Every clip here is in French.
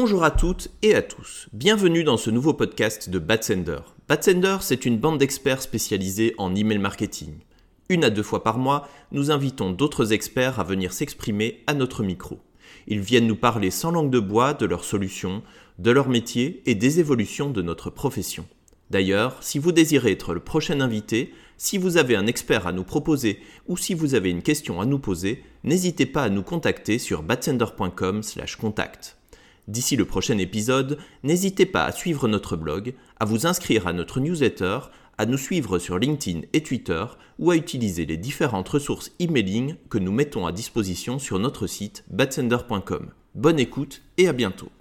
Bonjour à toutes et à tous, bienvenue dans ce nouveau podcast de Batsender. Batsender, c'est une bande d'experts spécialisés en email marketing. 1 à 2 fois par mois, nous invitons d'autres experts à venir s'exprimer à notre micro. Ils viennent nous parler sans langue de bois de leurs solutions, de leur métier et des évolutions de notre profession. D'ailleurs, si vous désirez être le prochain invité, si vous avez un expert à nous proposer ou si vous avez une question à nous poser, n'hésitez pas à nous contacter sur batsender.com/contact. D'ici le prochain épisode, n'hésitez pas à suivre notre blog, à vous inscrire à notre newsletter, à nous suivre sur LinkedIn et Twitter ou à utiliser les différentes ressources emailing que nous mettons à disposition sur notre site batsender.com. Bonne écoute et à bientôt.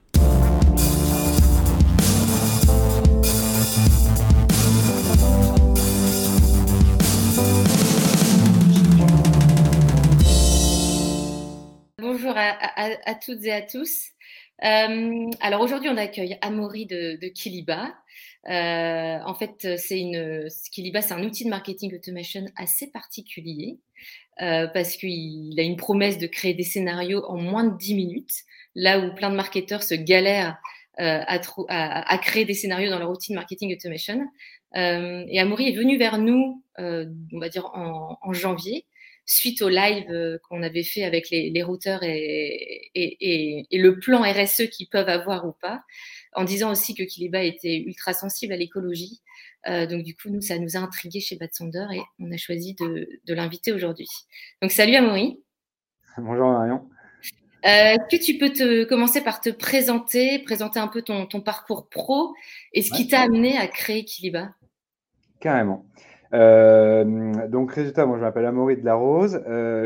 Bonjour à toutes et à tous. Alors aujourd'hui, on accueille Amaury de Kiliba. En fait, Kiliba, c'est un outil de marketing automation assez particulier parce qu'il a une promesse de créer des scénarios en moins de 10 minutes, là où plein de marketeurs se galèrent à créer des scénarios dans leur outil de marketing automation. Et Amaury est venu vers nous, on va dire en janvier, suite au live qu'on avait fait avec les routeurs et le plan RSE qu'ils peuvent avoir ou pas, en disant aussi que Kiliba était ultra sensible à l'écologie. Donc du coup, ça nous a intrigués chez Batsonder et on a choisi de l'inviter aujourd'hui. Donc salut Amaury. Bonjour Marion. Est-ce que tu peux commencer par te présenter un peu ton parcours pro et ce qui t'a amené à créer Kiliba? Carrément. Donc résultat, moi je m'appelle Amaury de la Rose.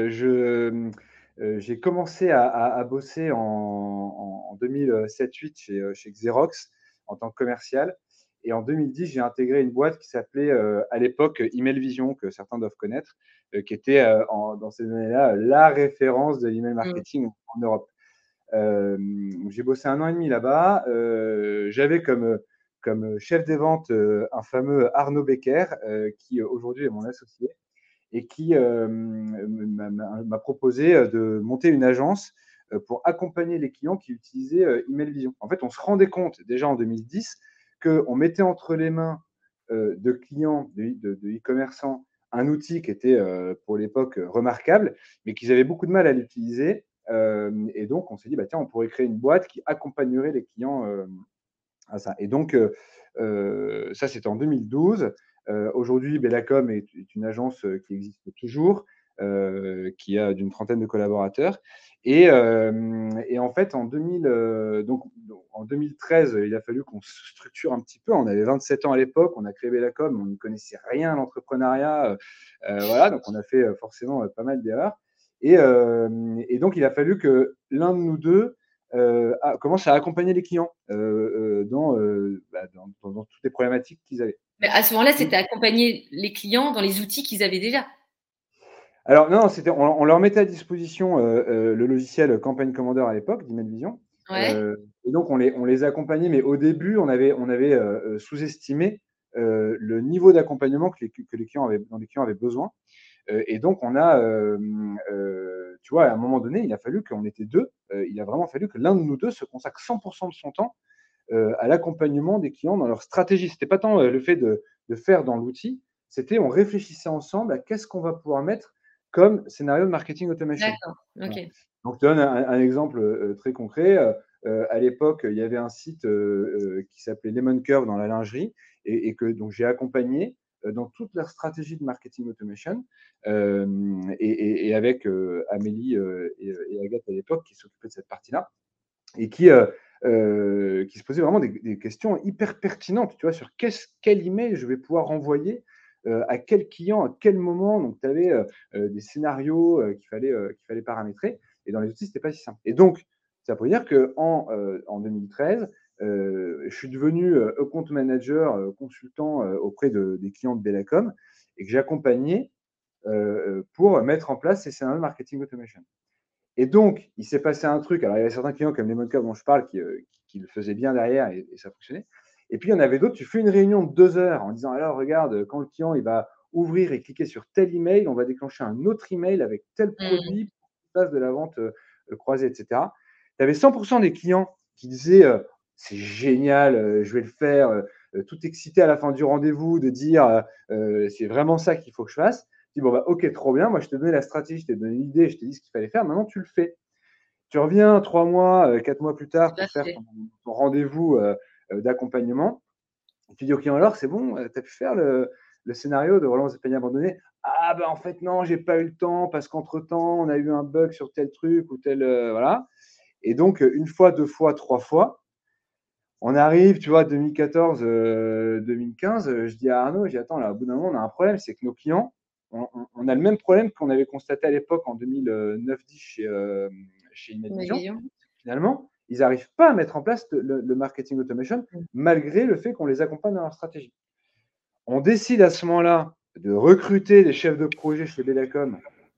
J'ai commencé à bosser en 2007-8 chez Xerox en tant que commercial. Et en 2010, j'ai intégré une boîte qui s'appelait à l'époque Email Vision, que certains doivent connaître, qui était dans ces années-là la référence de l'email marketing en Europe. J'ai bossé 1 an et demi là-bas. J'avais comme chef des ventes un fameux Arnaud Becker, qui aujourd'hui est mon associé, et qui m'a proposé de monter une agence pour accompagner les clients qui utilisaient Email Vision. En fait, on se rendait compte déjà en 2010 qu'on mettait entre les mains de clients, de e-commerçants, un outil qui était pour l'époque remarquable, mais qu'ils avaient beaucoup de mal à l'utiliser. Et donc, on s'est dit, bah, tiens, on pourrait créer une boîte qui accompagnerait les clients à ça. Et donc, ça, c'était en 2012. Aujourd'hui, Bellacom est une agence qui existe toujours, qui a d'une trentaine de collaborateurs. Et en fait, en 2013, il a fallu qu'on se structure un petit peu. On avait 27 ans à l'époque, on a créé Bellacom, on n'y connaissait rien à l'entrepreneuriat. Voilà, donc on a fait forcément pas mal d'erreurs. Et donc, il a fallu que l'un de nous deux commence à accompagner les clients dans toutes les problématiques qu'ils avaient. Mais à ce moment-là, c'était accompagner les clients dans les outils qu'ils avaient déjà. Alors non, on leur mettait à disposition le logiciel Campaign Commander à l'époque d'Email Vision. Ouais. Et donc on les accompagnait, mais au début on avait sous-estimé le niveau d'accompagnement dont les clients avaient besoin. Et donc on a, tu vois, à un moment donné, il a fallu qu'on était deux. Il a vraiment fallu que l'un de nous deux se consacre 100% de son temps à l'accompagnement des clients dans leur stratégie. C'était pas tant le fait de faire dans l'outil, c'était on réfléchissait ensemble à qu'est-ce qu'on va pouvoir mettre comme scénario de marketing automation. D'accord, ok. Voilà. Donc, je te donne un exemple très concret. À l'époque, il y avait un site qui s'appelait Lemon Curve dans la lingerie et que donc j'ai accompagné dans toute leur stratégie de marketing automation et avec Amélie et Agathe à l'époque qui s'occupaient de cette partie-là et qui se posait vraiment des questions hyper pertinentes, tu vois, sur quel email je vais pouvoir envoyer à quel client, à quel moment. Donc, tu avais des scénarios qu'il fallait paramétrer. Et dans les outils, ce n'était pas si simple. Et donc, ça peut dire qu'en 2013, je suis devenu account manager, consultant auprès des clients de Bellacom et que j'ai accompagné pour mettre en place ces scénarios de marketing automation. Et donc, il s'est passé un truc. Alors, il y avait certains clients comme les Lemon dont je parle qui le faisaient bien derrière et ça fonctionnait. Et puis, il y en avait d'autres. Tu fais une réunion de 2 heures en disant alors, regarde, quand le client il va ouvrir et cliquer sur tel email, on va déclencher un autre email avec tel produit pour qu'il fasse de la vente croisée, etc. Tu avais 100% des clients qui disait c'est génial, je vais le faire, tout excité à la fin du rendez-vous de dire c'est vraiment ça qu'il faut que je fasse. Je dis bon, bah, ok, trop bien, moi je t'ai donné la stratégie, je t'ai donné l'idée, je t'ai dit ce qu'il fallait faire, maintenant tu le fais. Tu reviens 3 mois, 4 mois plus tard C'est pas pour faire fait. ton rendez-vous d'accompagnement. Et tu dis au client alors, c'est bon, tu as pu faire le scénario de relance des paniers abandonnés. Ah ben en fait non, j'ai pas eu le temps parce qu'entre-temps, on a eu un bug sur tel truc ou tel voilà. Et donc une fois, deux fois, trois fois, on arrive, tu vois, 2014, 2015, je dis à Arnaud, je dis attends, là, au bout d'un moment, on a un problème, c'est que nos clients, on a le même problème qu'on avait constaté à l'époque en 2009-10 chez Imavision. Finalement, ils n'arrivent pas à mettre en place le marketing automation malgré le fait qu'on les accompagne dans leur stratégie. On décide à ce moment-là de recruter des chefs de projet chez Belacom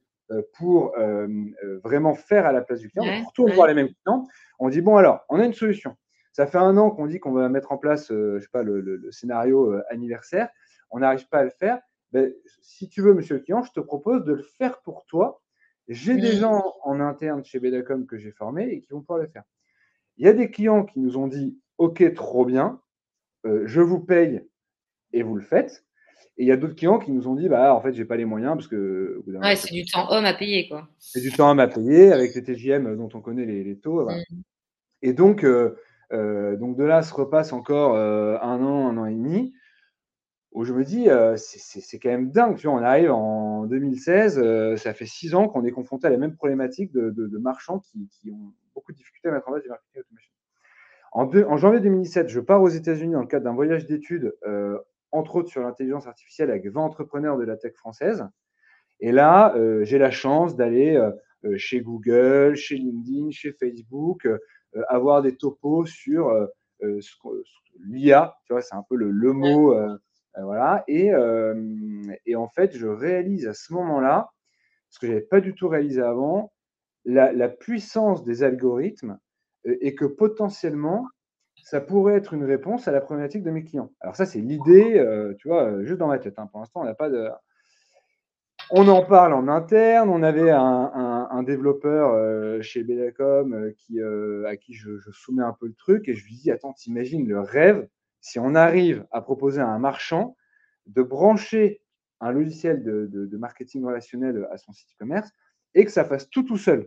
pour vraiment faire à la place du client. On retourne voir les mêmes clients. On dit bon alors, on a une solution. Ça fait 1 an qu'on dit qu'on va mettre en place, je sais pas, le scénario anniversaire. On n'arrive pas à le faire. Ben, si tu veux, monsieur le client, je te propose de le faire pour toi. J'ai des gens en interne chez Belacom que j'ai formés et qui vont pouvoir le faire. Il y a des clients qui nous ont dit ok, trop bien, je vous paye et vous le faites. Et il y a d'autres clients qui nous ont dit bah en fait j'ai pas les moyens parce que ouais, c'est du temps homme à payer quoi. c'est du temps à payer avec les TJM dont on connaît les taux. Voilà. Et donc de là se repasse encore 1 an et demi où je me dis c'est quand même dingue. Tu vois, on arrive en 2016, ça fait 6 ans qu'on est confronté à la même problématique de marchands qui ont beaucoup de difficultés à mettre en place du marketing automation. En janvier 2017, je pars aux États-Unis dans le cadre d'un voyage d'études, entre autres sur l'intelligence artificielle avec 20 entrepreneurs de la tech française. Et là, j'ai la chance d'aller chez Google, chez LinkedIn, chez Facebook, avoir des topos sur l'IA. Tu vois, c'est un peu le mot. Voilà. Et en fait, je réalise à ce moment-là, ce que je n'avais pas du tout réalisé avant, la puissance des algorithmes et que potentiellement, ça pourrait être une réponse à la problématique de mes clients. Alors ça, c'est l'idée, tu vois, juste dans ma tête. Hein. Pour l'instant, on n'a pas de… On en parle en interne. On avait un développeur chez Belacom à qui je soumets un peu le truc et je lui dis attends, t'imagines le rêve si on arrive à proposer à un marchand de brancher un logiciel de marketing relationnel à son site e-commerce et que ça fasse tout seul.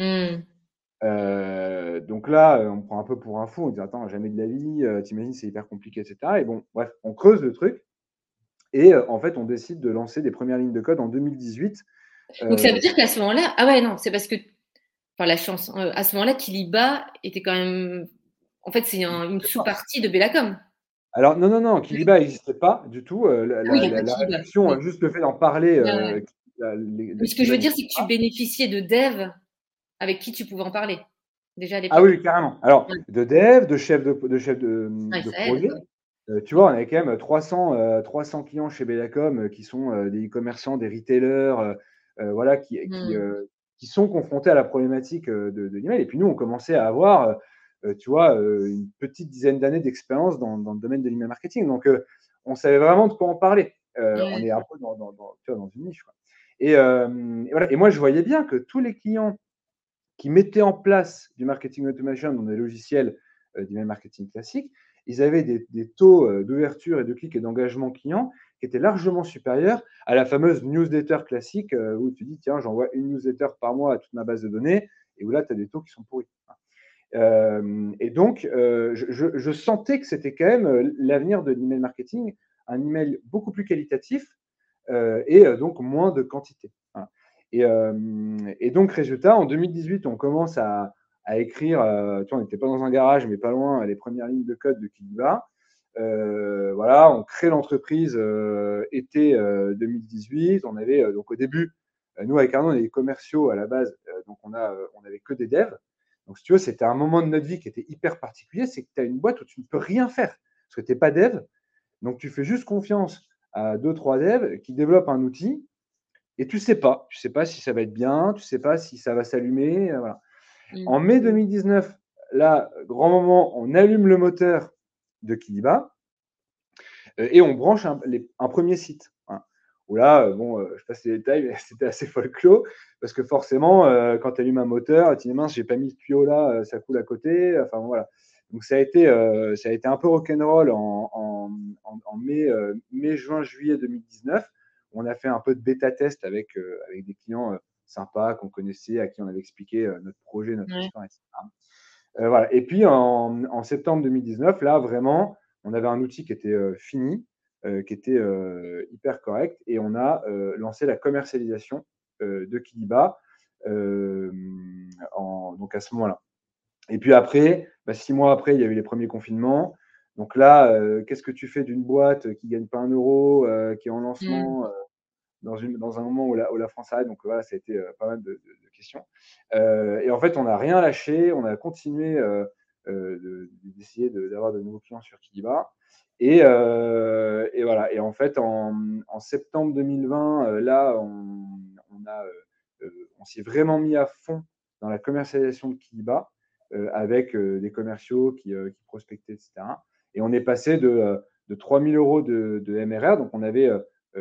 Donc là, on prend un peu pour un fou, on dit attends, jamais de la vie, t'imagines, c'est hyper compliqué, etc. Et bon, bref, on creuse le truc et en fait, on décide de lancer des premières lignes de code en 2018. Donc ça veut dire qu'à ce moment-là, ah ouais, non, c'est parce que, enfin la chance, à ce moment-là, Kiliba était quand même, en fait, c'est une sous-partie de Belacom. Alors non, Kiliba n'existait pas du tout. La réflexion, juste le fait d'en parler. Mais ce que je veux dire, c'est que tu bénéficiais de devs avec qui tu pouvais en parler déjà à l'époque. Ah oui, carrément. Alors, de dev, de chef de projet. Tu vois, on avait quand même 300 clients chez Belacom qui sont des e-commerçants, des retailers, voilà, qui sont confrontés à la problématique de l'email. Et puis nous, on commençait à avoir, tu vois, une petite dizaine d'années d'expérience dans le domaine de l'email marketing. Donc, on savait vraiment de quoi en parler. On est un peu tu vois, dans une niche. Quoi. Et voilà. Et moi, je voyais bien que tous les clients qui mettaient en place du marketing automation dans des logiciels d'email marketing classique, ils avaient des taux d'ouverture et de clics et d'engagement client qui étaient largement supérieurs à la fameuse newsletter classique où tu dis, tiens, j'envoie une newsletter par mois à toute ma base de données et où là, tu as des taux qui sont pourris. Et donc, je sentais que c'était quand même l'avenir de l'email marketing, un email beaucoup plus qualitatif et donc moins de quantité. Voilà. Et donc, résultat, en 2018, on commence à écrire, tu vois, on n'était pas dans un garage, mais pas loin, les premières lignes de code de Kiliba. Voilà, on crée l'entreprise été 2018. On avait, donc au début, nous, avec Arnaud, on est des commerciaux à la base, donc on avait que des devs. Donc, si tu veux, c'était un moment de notre vie qui était hyper particulier, c'est que tu as une boîte où tu ne peux rien faire, parce que tu n'es pas dev, donc tu fais juste confiance à 2-3 devs qui développent un outil, et tu sais pas si ça va être bien, tu sais pas si ça va s'allumer. Voilà. En mai 2019, là, grand moment, on allume le moteur de Kiliba et on branche un premier site. Voilà. où là, je passe les détails, mais c'était assez folklore, parce que forcément, quand tu allumes un moteur, tu dis mince, j'ai pas mis ce tuyau là, ça coule à côté. Enfin voilà. Donc ça a été un peu rock'n'roll en mai, juin, juillet 2019. On a fait un peu de bêta test avec des clients sympas qu'on connaissait, à qui on avait expliqué notre projet, notre Ouais. histoire, etc. Voilà. Et puis en septembre 2019, là vraiment, on avait un outil qui était fini, qui était hyper correct, et on a lancé la commercialisation de Kiliba donc à ce moment-là. Et puis après, 6 mois après, il y a eu les premiers confinements. Donc là, qu'est-ce que tu fais d'une boîte qui ne gagne pas un euro, qui est en Mm. lancement dans un moment où la France arrête? Donc voilà, ça a été pas mal de questions. Et en fait, on n'a rien lâché. On a continué d'essayer d'avoir de nouveaux clients sur Kiliba. Et voilà. Et en fait, en septembre 2020, là, on s'est vraiment mis à fond dans la commercialisation de Kiliba avec des commerciaux qui prospectaient, etc. Et on est passé de 3 000 euros de MRR. Donc, on avait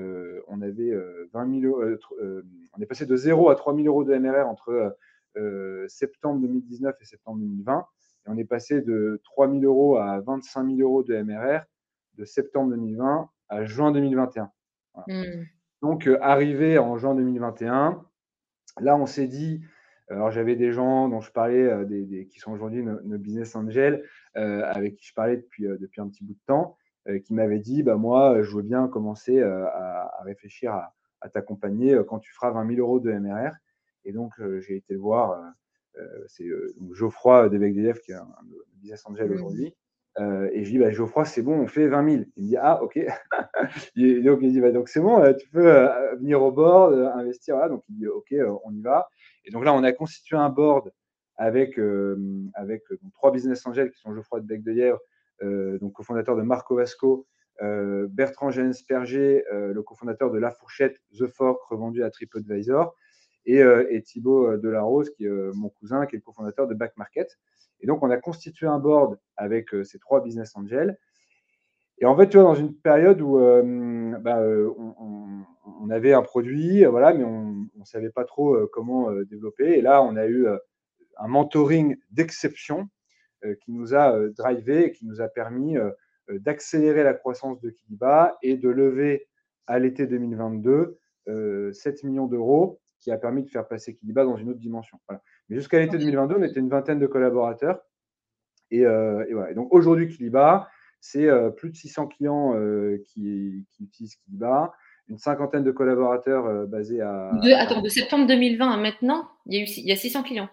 20 000 euros. On est passé de 0 à 3 000 euros de MRR entre septembre 2019 et septembre 2020. Et on est passé de 3 000 euros à 25 000 euros de MRR de septembre 2020 à juin 2021. Voilà. Mm. Donc, arrivé en juin 2021, là, on s'est dit, alors j'avais des gens dont je parlais, qui sont aujourd'hui nos business angels, avec qui je parlais depuis un petit bout de temps, qui m'avaient dit, moi, je veux bien commencer à réfléchir à t'accompagner quand tu feras 20 000 euros de MRR. Et donc, j'ai été le voir, c'est donc Geoffroy d'Evec qui est un business angel Mm. aujourd'hui. Et je dis, Geoffroy, c'est bon, on fait 20 000. Il me dit, ah, ok. Et donc, il dit, donc c'est bon, tu peux venir au board, investir. Voilà. Donc, il dit, ok, on y va. Et donc là, on a constitué un board avec donc, 3 business angels qui sont Geoffroy de Bec de Lièvre, donc cofondateur de Marco Vasco, Bertrand Gensperger, le cofondateur de La Fourchette, The Fork, revendu à TripAdvisor, et Thibaut Delarose, qui est mon cousin, qui est le cofondateur de Back Market. Et donc, on a constitué un board avec ces 3 business angels. Et en fait, tu vois, dans une période où on avait un produit, voilà, mais on ne savait pas trop comment développer. Et là, on a eu un mentoring d'exception qui nous a drivé et qui nous a permis d'accélérer la croissance de Kiliba et de lever à l'été 2022 7 millions d'euros, qui a permis de faire passer Kiliba dans une autre dimension. Voilà. Mais jusqu'à l'été 2022, on était une vingtaine de collaborateurs. Et voilà. Et donc aujourd'hui, Kiliba, c'est plus de 600 clients qui utilisent Kiliba, une cinquantaine de collaborateurs basés à Attends, de septembre 2020 à maintenant, il y a 600 clients.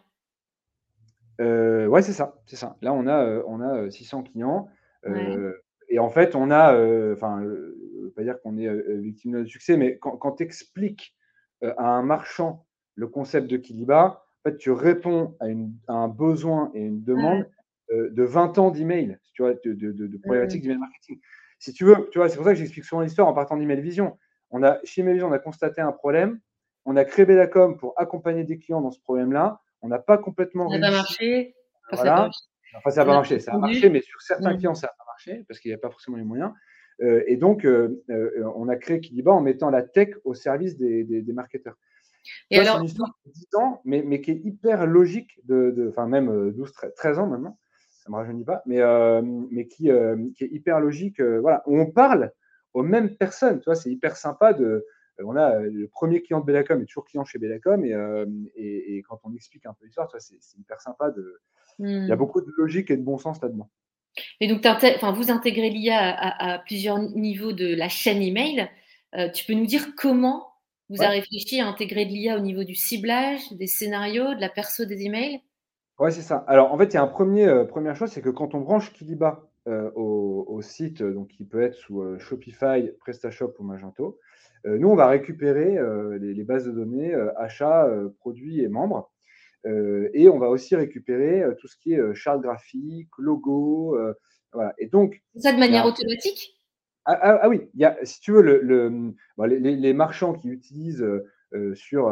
Ouais, c'est ça, c'est ça. Là, on a 600 clients. Ouais. Et en fait, on a, enfin, je veux pas dire qu'on est victime de notre succès, mais quand tu expliques à un marchand le concept de Kiliba, en fait, tu réponds à un besoin et une Ouais. demande de 20 ans d'email, tu vois, de Mm. problématiques d'email marketing. Si tu veux, tu vois, c'est pour ça que j'explique souvent l'histoire en partant d'Email Vision. Chez Email Vision, on a constaté un problème, on a créé Belacom pour accompagner des clients dans ce problème-là. On n'a pas complètement Ça n'a pas réussi. marché. Enfin, ça n'a pas Voilà. marché. Enfin, ça n'a On pas a marché. Ça a marché, répondu. mais sur certains Mm. clients, ça n'a pas marché parce qu'il n'y avait pas forcément les moyens. Et donc, on a créé Kiliba en mettant la tech au service des marketeurs. Et Tu vois, c'est une alors, histoire de 10 ans, mais qui est hyper logique, enfin même 12, 13 ans maintenant, ça ne me rajeunit pas, mais qui est hyper logique. Voilà, où on parle aux mêmes personnes. Tu vois, c'est hyper sympa on a le premier client de Bellacom est toujours client chez Bellacom, et quand on explique un peu l'histoire, tu vois, c'est hyper sympa. Il y a mm. beaucoup de logique et de bon sens là-dedans. Et donc, vous intégrez l'IA à plusieurs niveaux de la chaîne email. Tu peux nous dire comment vous avez Ouais, réfléchi à intégrer de l'IA au niveau du ciblage, des scénarios, de la perso des emails? ouais, c'est ça. Alors, en fait, il y a première chose, c'est que quand on branche Kiliba au site, donc qui peut être sous Shopify, PrestaShop ou Magento, nous, on va récupérer les bases de données achats, produits et membres. Et on va aussi récupérer tout ce qui est charte graphique, logo. Voilà. Et donc, Ça de il y manière a automatique? oui, si tu veux, les marchands qui utilisent sur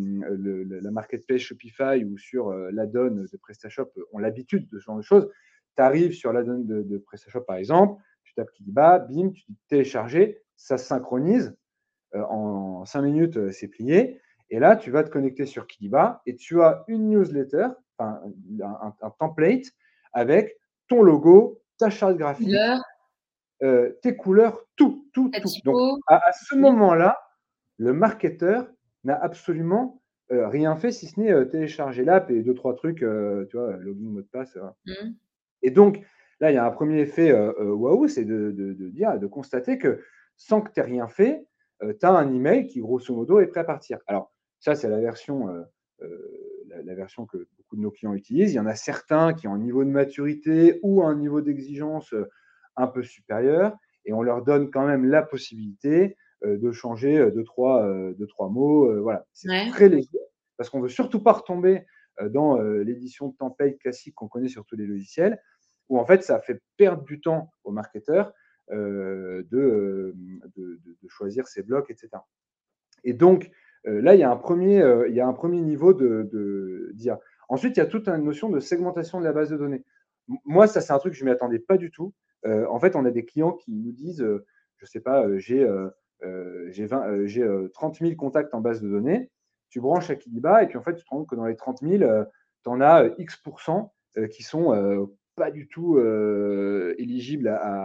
la marketplace Shopify ou sur l'add-on de PrestaShop ont l'habitude de ce genre de choses. Tu arrives sur l'add-on de PrestaShop, par exemple, tu tapes Kiliba, bim, tu dis télécharger, ça se synchronise. en 5 minutes, c'est plié. Et là, tu vas te connecter sur Kiliba et tu as une newsletter, enfin, un template avec ton logo, ta charte graphique, Couleur, tes couleurs, tout, tout, ta tout. Donc, typo. à ce moment-là, le marketeur n'a absolument rien fait si ce n'est télécharger l'app et deux, trois trucs, tu vois, login, mot de passe. Mmh. Et donc, là, il y a un premier effet waouh, c'est de constater que sans que tu aies rien fait, tu as un email qui, grosso modo, est prêt à partir. Alors, ça, c'est la version, la version que beaucoup de nos clients utilisent. Il y en a certains qui ont un niveau de maturité ou un niveau d'exigence un peu supérieur, et on leur donne quand même la possibilité de changer deux, trois mots. Voilà, c'est Ouais. très léger parce qu'on ne veut surtout pas retomber dans l'édition de template classique qu'on connaît sur tous les logiciels, où en fait, ça fait perdre du temps aux marketeurs de choisir ses blocs, etc. Et donc, là, il y a un premier niveau d'IA. Ensuite, il y a toute une notion de segmentation de la base de données. Moi, ça, c'est un truc que je ne m'y attendais pas du tout. En fait, on a des clients qui nous disent, je ne sais pas, j'ai 30 000 contacts en base de données. Tu branches à Kiliba et puis en fait, tu te rends compte que dans les 30 000, tu en as X% qui sont pas du tout éligibles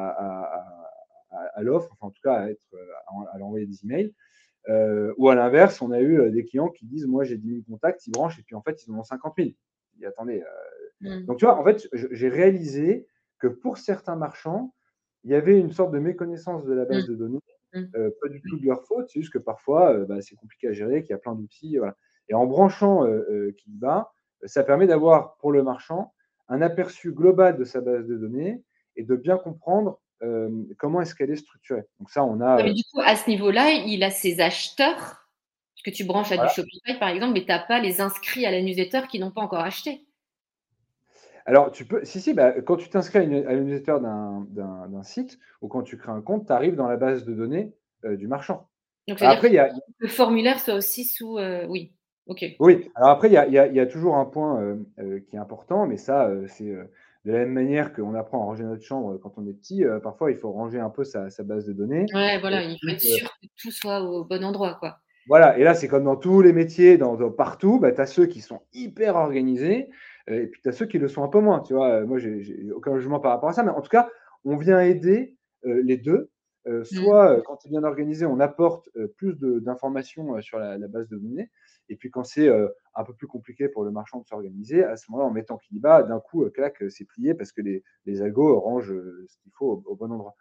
à l'offre, enfin en tout cas à l'envoyer des emails. Ou à l'inverse, on a eu des clients qui disent moi j'ai 10 000 contacts, ils branchent et puis en fait ils en ont 50 000. Je dis, attendez. Mmh. Donc tu vois, en fait, j'ai réalisé que pour certains marchands, il y avait une sorte de méconnaissance de la Mmh. base de données, Mmh. pas du tout de leur faute, c'est juste que parfois c'est compliqué à gérer, qu'il y a plein d'outils. Voilà. Et en branchant Kiliba, ça permet d'avoir pour le marchand un aperçu global de sa base de données et de bien comprendre comment est-ce qu'elle est structurée. Donc ça, on a Ouais, mais du coup, à ce niveau-là, il a ses acheteurs, parce que tu branches à du voilà. Shopify, par exemple, mais tu as pas les inscrits à la newsletter qui n'ont pas encore acheté. Alors, tu peux, si, bah, quand tu t'inscris à une newsletter d'un site ou quand tu crées un compte, tu arrives dans la base de données du marchand. Donc, Alors c'est-à-dire après, que le formulaire soit aussi sous. Oui, ok. oui, alors après, il y a toujours un point qui est important, mais ça, c'est de la même manière qu'on apprend à ranger notre chambre quand on est petit, parfois il faut ranger un peu sa base de données. Ouais, voilà, il faut Ensuite, être sûr que tout soit au bon endroit, quoi. voilà, et là, c'est comme dans tous les métiers, partout, bah, tu as ceux qui sont hyper organisés et puis tu as ceux qui le sont un peu moins. Tu vois, moi, j'ai aucun jugement par rapport à ça, mais en tout cas, on vient aider les deux. Mmh. Soit quand c'est bien organisé, on apporte plus d'informations sur la base de données. Et puis quand c'est un peu plus compliqué pour le marchand de s'organiser, à ce moment-là, en mettant Kiliba, d'un coup, clac, c'est plié parce que les algos rangent ce qu'il faut au bon endroit.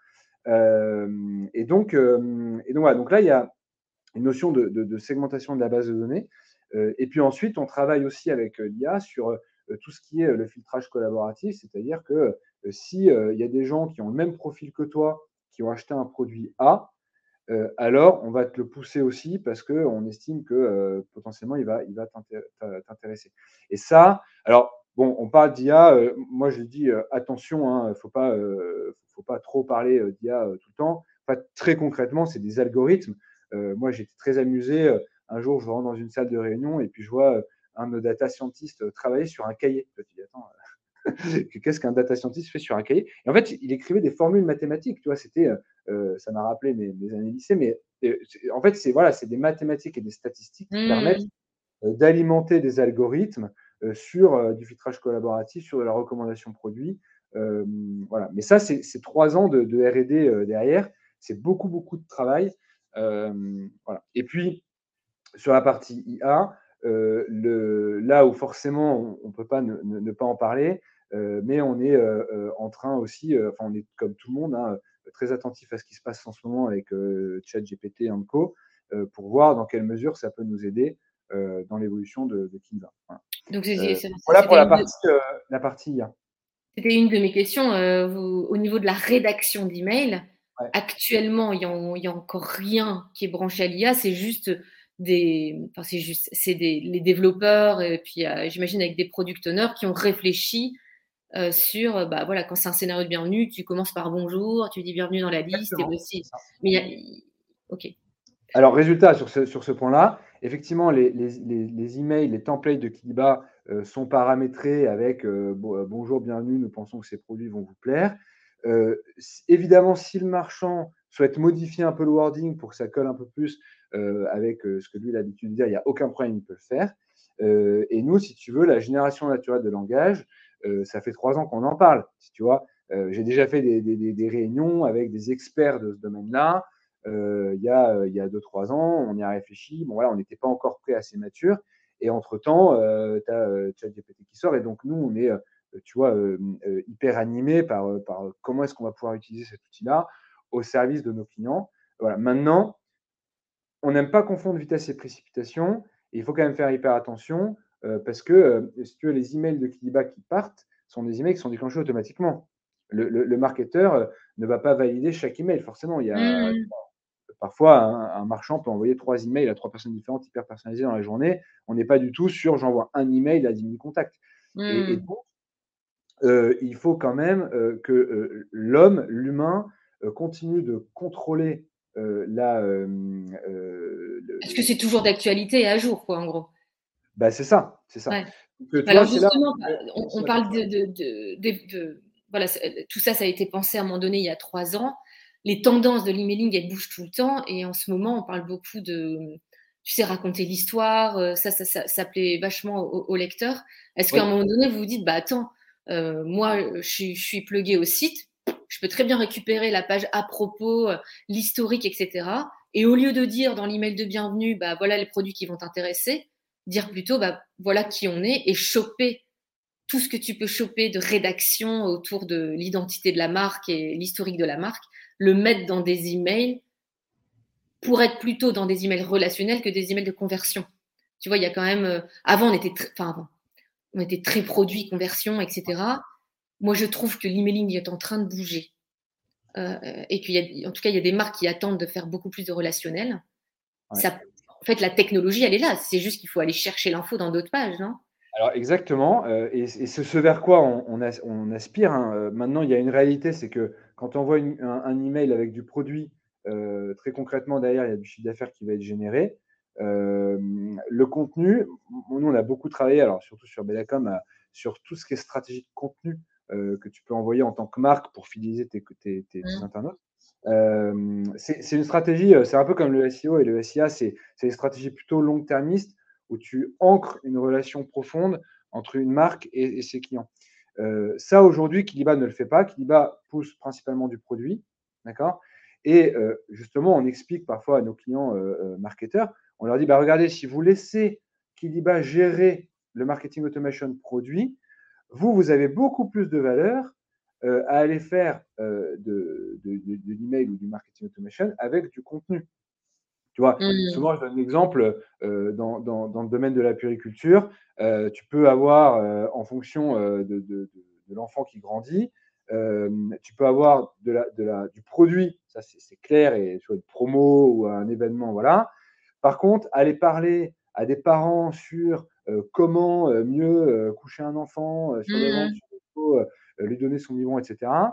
Et donc, voilà, donc là, il y a une notion de segmentation de la base de données. Et puis ensuite, on travaille aussi avec l'IA sur tout ce qui est le filtrage collaboratif, c'est-à-dire que si il y a des gens qui ont le même profil que toi, qui ont acheté un produit A, alors on va te le pousser aussi parce qu'on estime que potentiellement il va t'intéresser. Et ça, alors bon, on parle d'IA, moi je dis attention, hein, faut pas trop parler d'IA tout le temps. Enfin, très concrètement, c'est des algorithmes. Moi j'étais très amusé. Un jour, je rentre dans une salle de réunion et puis je vois un de nos data scientists travailler sur un cahier. Je me dis, attends, qu'est-ce qu'un data scientist fait sur un cahier? Et en fait, il écrivait des formules mathématiques. Tu vois, ça m'a rappelé mes années lycée, mais en fait, c'est des mathématiques et des statistiques qui permettent Mmh. d'alimenter des algorithmes sur du filtrage collaboratif, sur de la recommandation produit. Voilà. Mais ça, c'est 3 ans de R&D derrière. C'est beaucoup, beaucoup de travail. Voilà. Et puis, sur la partie IA, là où forcément on ne peut pas ne pas en parler, mais on est en train aussi, enfin on est comme tout le monde, hein, très attentif à ce qui se passe en ce moment avec ChatGPT et Co, pour voir dans quelle mesure ça peut nous aider dans l'évolution de Canva. Voilà. Donc, Voilà pour la partie IA. c'était une de mes questions. Au niveau de la rédaction d'email, Ouais. actuellement, il y a encore rien qui est branché à l'IA. C'est juste les développeurs et puis j'imagine avec des product owners qui ont réfléchi sur, bah voilà, quand c'est un scénario de bienvenue, tu commences par bonjour, tu dis bienvenue dans la liste et Exactement, c'est voici. ça. Mais ok. Alors, résultat, sur ce point-là, effectivement, les emails, les templates de Kiliba sont paramétrés avec bonjour, bienvenue, nous pensons que ces produits vont vous plaire. Évidemment, si le marchand souhaite modifier un peu le wording pour que ça colle un peu plus avec ce que lui a l'habitude de dire, il n'y a aucun problème, il peut le faire. Et nous, si tu veux, la génération naturelle de langage, ça fait 3 ans qu'on en parle. Si tu vois, j'ai déjà fait des réunions avec des experts de ce domaine-là. Il y a 2-3 ans, on y a réfléchi. Bon, voilà, on n'était pas encore prêt assez mature. Et entre-temps, tu as ChatGPT qui sort. Et donc, nous, on est, tu vois, hyper animés par comment est-ce qu'on va pouvoir utiliser cet outil-là au service de nos clients. Voilà. Maintenant, on n'aime pas confondre vitesse et précipitation. Et il faut quand même faire hyper attention parce que si tu veux, les emails de Kiliba qui partent sont des emails qui sont déclenchés automatiquement. Le marketeur ne va pas valider chaque email, forcément. Il y a parfois un marchand peut envoyer 3 emails à 3 personnes différentes, hyper personnalisées dans la journée. On n'est pas du tout sur j'envoie un email à 10 000 contacts. Et donc, il faut quand même que l'humain, continue de contrôler Est-ce que c'est toujours d'actualité et à jour, quoi, en gros? Bah, c'est ça, c'est ça. Ouais. Donc, tu Alors vois, c'est là justement, où on parle voilà, tout ça a été pensé à un moment donné il y a 3 ans. Les tendances de l'emailing, elles bougent tout le temps et en ce moment, on parle beaucoup de, tu sais, raconter l'histoire, ça plaît vachement aux lecteurs. Est-ce qu'à un moment donné, vous vous dites: «Bah, attends, moi, je suis pluguée au site, je peux très bien récupérer la page à propos, l'historique et cetera et au lieu de dire dans l'email de bienvenue, bah, voilà les produits qui vont t'intéresser», dire plutôt, bah, voilà qui on est et choper tout ce que tu peux choper de rédaction autour de l'identité de la marque et l'historique de la marque, le mettre dans des emails pour être plutôt dans des emails relationnels que des emails de conversion. Tu vois, il y a quand même, avant on était très produit conversion, etc. Moi, je trouve que l'emailing est en train de bouger et en tout cas, il y a des marques qui attendent de faire beaucoup plus de relationnel. Ouais. En fait, la technologie, elle est là. C'est juste qu'il faut aller chercher l'info dans d'autres pages, non? Alors exactement, et ce vers quoi on aspire, hein. Maintenant, il y a une réalité, c'est que quand on envoie un email avec du produit, très concrètement derrière, il y a du chiffre d'affaires qui va être généré. Le contenu, nous, on a beaucoup travaillé, alors surtout sur Bellacom, sur tout ce qui est stratégie de contenu que tu peux envoyer en tant que marque pour fidéliser tes internautes. C'est une stratégie, c'est un peu comme le SEO et le SIA, c'est une stratégie plutôt long-termiste où tu ancres une relation profonde entre une marque et ses clients. Ça, aujourd'hui, Kiliba ne le fait pas. Kiliba pousse principalement du produit, d'accord. Et justement, on explique parfois à nos clients marketeurs, on leur dit, bah, regardez, si vous laissez Kiliba gérer le marketing automation produit, vous avez beaucoup plus de valeur à aller faire de l'email ou du marketing automation avec du contenu. Tu vois, souvent, je donne un exemple dans le domaine de la puériculture. Tu peux avoir, en fonction de l'enfant qui grandit, tu peux avoir du produit, ça c'est clair, et tu vois, une promo ou un événement, voilà. Par contre, aller parler à des parents sur comment mieux coucher un enfant, sur le ventre, sur le dos, lui donner son biberon, etc.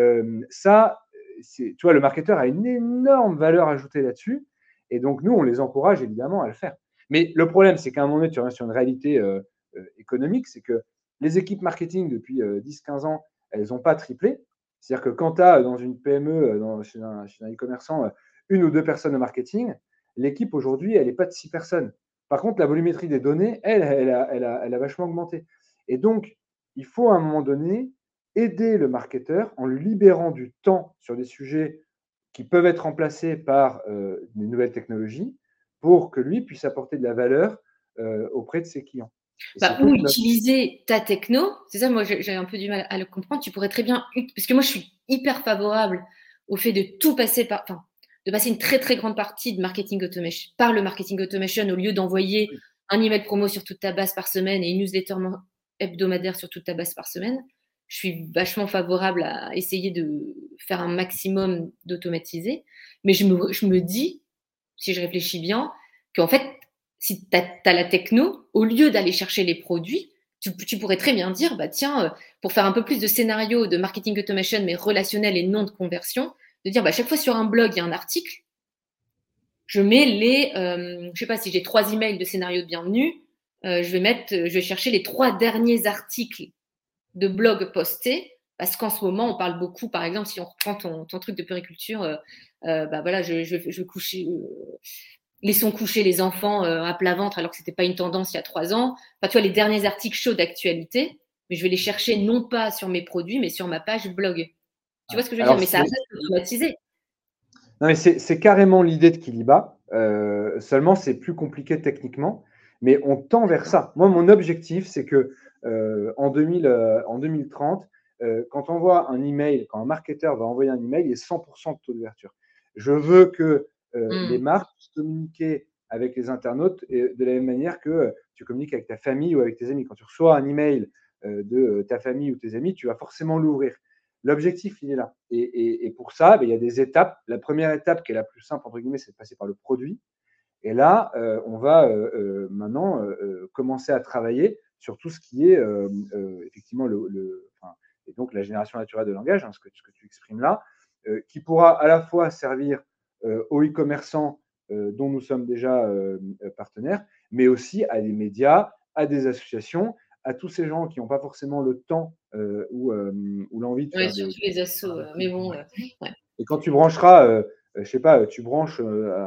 Ça, tu vois, le marketeur a une énorme valeur ajoutée là-dessus. Et donc, nous, on les encourage évidemment à le faire. Mais le problème, c'est qu'à un moment donné, tu reviens sur une réalité économique, c'est que les équipes marketing, depuis 10-15 ans, elles n'ont pas triplé. C'est-à-dire que quand tu as dans une PME, chez un e-commerçant, 1 ou 2 personnes au marketing, l'équipe aujourd'hui, elle n'est pas de 6 personnes. Par contre, la volumétrie des données, elle a vachement augmenté. Et donc, il faut à un moment donné aider le marketeur en lui libérant du temps sur des sujets qui peuvent être remplacés par des nouvelles technologies pour que lui puisse apporter de la valeur auprès de ses clients. Bah, ou utiliser ta techno, c'est ça, moi j'ai un peu du mal à le comprendre. Tu pourrais très bien, parce que moi je suis hyper favorable au fait de tout passer de passer une très très grande partie de marketing automation par le marketing automation au lieu d'envoyer un email promo sur toute ta base par semaine et une newsletter hebdomadaire sur toute ta base par semaine. Je suis vachement favorable à essayer de faire un maximum d'automatiser, mais je me dis, si je réfléchis bien, qu'en fait, si tu as la techno, au lieu d'aller chercher les produits, tu pourrais très bien dire, bah tiens, pour faire un peu plus de scénarios de marketing automation, mais relationnel et non de conversion, de dire, bah, chaque fois sur un blog, il y a un article, je mets je sais pas, si j'ai 3 emails de scénario de bienvenue, je vais chercher les 3 derniers articles de blog postés Parce qu'en ce moment, on parle beaucoup, par exemple, si on reprend ton truc de puériculture, voilà, je coucher, laissons coucher les enfants à plat ventre alors que c'était pas une tendance il y a 3 ans. Enfin, tu vois, les derniers articles chauds d'actualité, mais je vais les chercher non pas sur mes produits, mais sur ma page blog. Tu vois ce que je veux dire? Mais ça reste automatisé. Non, mais c'est carrément l'idée de Kiliba. Seulement, c'est plus compliqué techniquement, mais on tend vers ça. Moi, mon objectif, c'est que en 2030, quand on voit un email, quand un marketeur va envoyer un email, il y ait 100% de taux d'ouverture. Je veux que les marques puissent communiquer avec les internautes de la même manière que tu communiques avec ta famille ou avec tes amis. Quand tu reçois un email de ta famille ou tes amis, tu vas forcément l'ouvrir. L'objectif, il est là. Et pour ça, il y a des étapes. La première étape, qui est la plus simple, entre guillemets, c'est de passer par le produit. Et là, on va maintenant commencer à travailler sur tout ce qui est effectivement et donc la génération naturelle de langage, ce que tu exprimes là, qui pourra à la fois servir aux e-commerçants dont nous sommes déjà partenaires, mais aussi à des médias, à des associations, à tous ces gens qui n'ont pas forcément le temps ou l'envie de faire surtout les assos, mais bon, ouais. Et quand tu brancheras, je sais pas, tu branches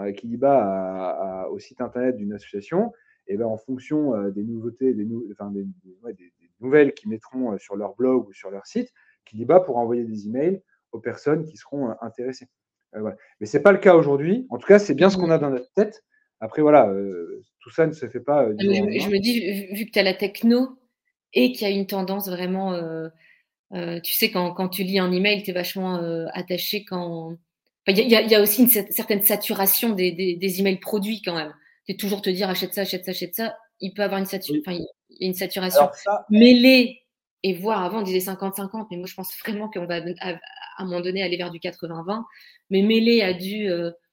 Kiliba au site internet d'une association, et ben en fonction des nouveautés, des nouvelles qu'ils mettront sur leur blog ou sur leur site, Kiliba pourra envoyer des emails aux personnes qui seront intéressées. Voilà. Mais c'est pas le cas aujourd'hui. En tout cas, c'est bien ce qu'on a dans notre tête. Après, voilà, tout ça ne se fait pas du jour au lendemain. Je me dis, vu que tu as la techno et qu'il y a une tendance vraiment, tu sais, quand tu lis un email, tu es vachement attaché quand. Il y a aussi une certaine saturation des emails produits quand même. C'est toujours te dire achète ça, achète ça, achète ça. Il peut avoir une saturation. Enfin, il y a une saturation. Alors ça, mêlée et voir, avant on disait 50-50, mais moi je pense vraiment qu'on va à un moment donné aller vers du 80-20, mais mêlée à du.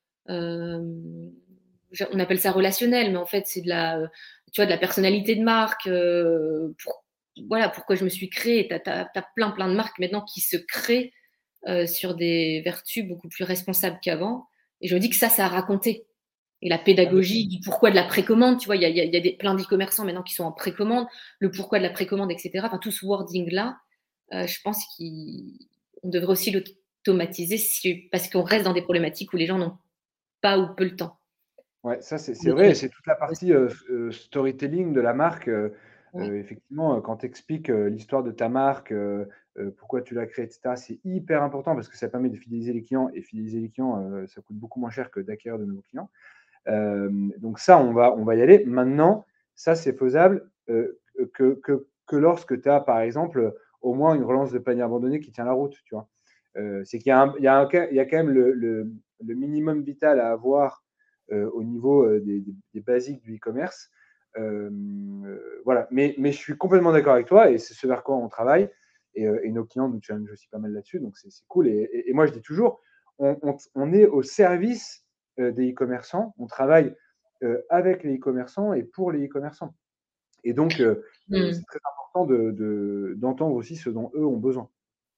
On appelle ça relationnel, mais en fait c'est de la, tu vois, de la personnalité de marque. Voilà pourquoi je me suis créée. Tu as plein de marques maintenant qui se créent sur des vertus beaucoup plus responsables qu'avant. Et je me dis que ça a raconté. Et la pédagogie du pourquoi de la précommande, tu vois, il y a plein d'e-commerçants maintenant qui sont en précommande, le pourquoi de la précommande, etc. Enfin, tout ce wording-là, je pense qu'on devrait aussi l'automatiser parce qu'on reste dans des problématiques où les gens n'ont pas ou peu le temps. Ouais, ça c'est vrai, c'est toute la partie storytelling de la marque. Effectivement, quand tu expliques l'histoire de ta marque, pourquoi tu l'as créée, etc., c'est hyper important parce que ça permet de fidéliser les clients. Et fidéliser les clients, ça coûte beaucoup moins cher que d'acquérir de nouveaux clients. Donc ça, on va y aller. Maintenant, ça, c'est faisable que lorsque tu as, par exemple, au moins une relance de panier abandonné qui tient la route. Tu vois. C'est qu'il y a quand même le minimum vital à avoir au niveau des basiques du e-commerce. Voilà. Mais je suis complètement d'accord avec toi et c'est ce vers quoi on travaille. Et nos clients nous challengent aussi pas mal là-dessus. Donc, c'est cool. Et moi, je dis toujours, on est au service des e-commerçants. On travaille avec les e-commerçants et pour les e-commerçants. Et donc, c'est très important d'entendre aussi ce dont eux ont besoin.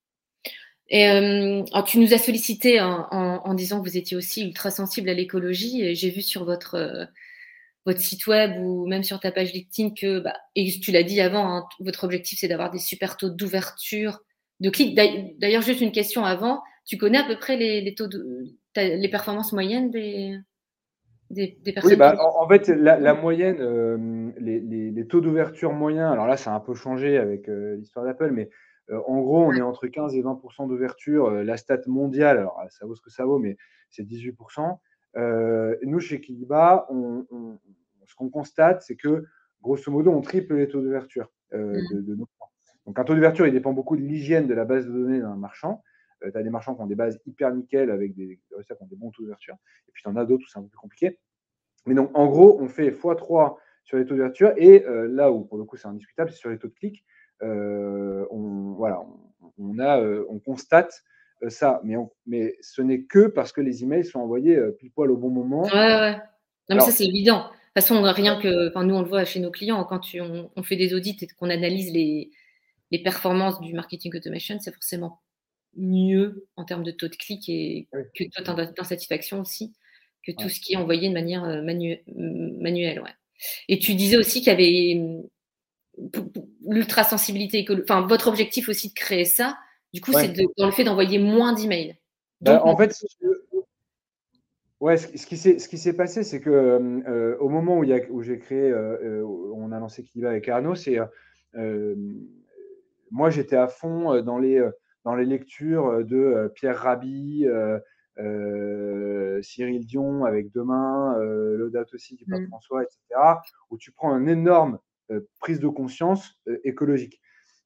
Et alors tu nous as sollicité en disant que vous étiez aussi ultra sensible à l'écologie. Et j'ai vu sur votre site web ou même sur ta page LinkedIn que, et tu l'as dit avant, hein, votre objectif c'est d'avoir des super taux d'ouverture de clics. D'ailleurs, juste une question avant, tu connais à peu près les taux les performances moyennes des personnes? Oui, en fait, la moyenne, les taux d'ouverture moyens, alors là, ça a un peu changé avec l'histoire d'Apple, mais en gros, on est entre 15 et 20% d'ouverture. La stat mondiale, alors ça vaut ce que ça vaut, mais c'est 18%. Nous, chez Kiliba, ce qu'on constate, c'est que grosso modo, on triple les taux d'ouverture de nos clients. Donc, un taux d'ouverture, il dépend beaucoup de l'hygiène de la base de données d'un marchand. Tu as des marchands qui ont des bases hyper nickel avec des recettes qui ont des bons taux d'ouverture. Et puis, tu en as d'autres où c'est un peu plus compliqué. Mais donc, en gros, on fait x3 sur les taux d'ouverture. Et là où, pour le coup, c'est indiscutable, c'est sur les taux de clic. On constate ça. Mais ce n'est que parce que les emails sont envoyés pile poil au bon moment. Ouais. Non, mais ça, c'est évident. De toute façon, nous, on le voit chez nos clients, quand on fait des audits et qu'on analyse les performances du marketing automation, c'est forcément mieux en termes de taux de clic et que de taux d'insatisfaction aussi, que tout ce qui est envoyé de manière manuelle. Ouais. Et tu disais aussi qu'il y avait l'ultra-sensibilité, enfin, votre objectif aussi de créer ça, Du coup, c'est Ouais. dans le fait d'envoyer moins d'emails. Bah, Donc, en fait, ouais, ce qui s'est passé, c'est que au moment où j'ai créé, on a lancé Kiliba avec Arnaud, euh, moi j'étais à fond dans les lectures de Pierre Rabhi, Cyril Dion avec Demain, Laudato Si du pape François, etc., où tu prends une énorme prise de conscience écologique.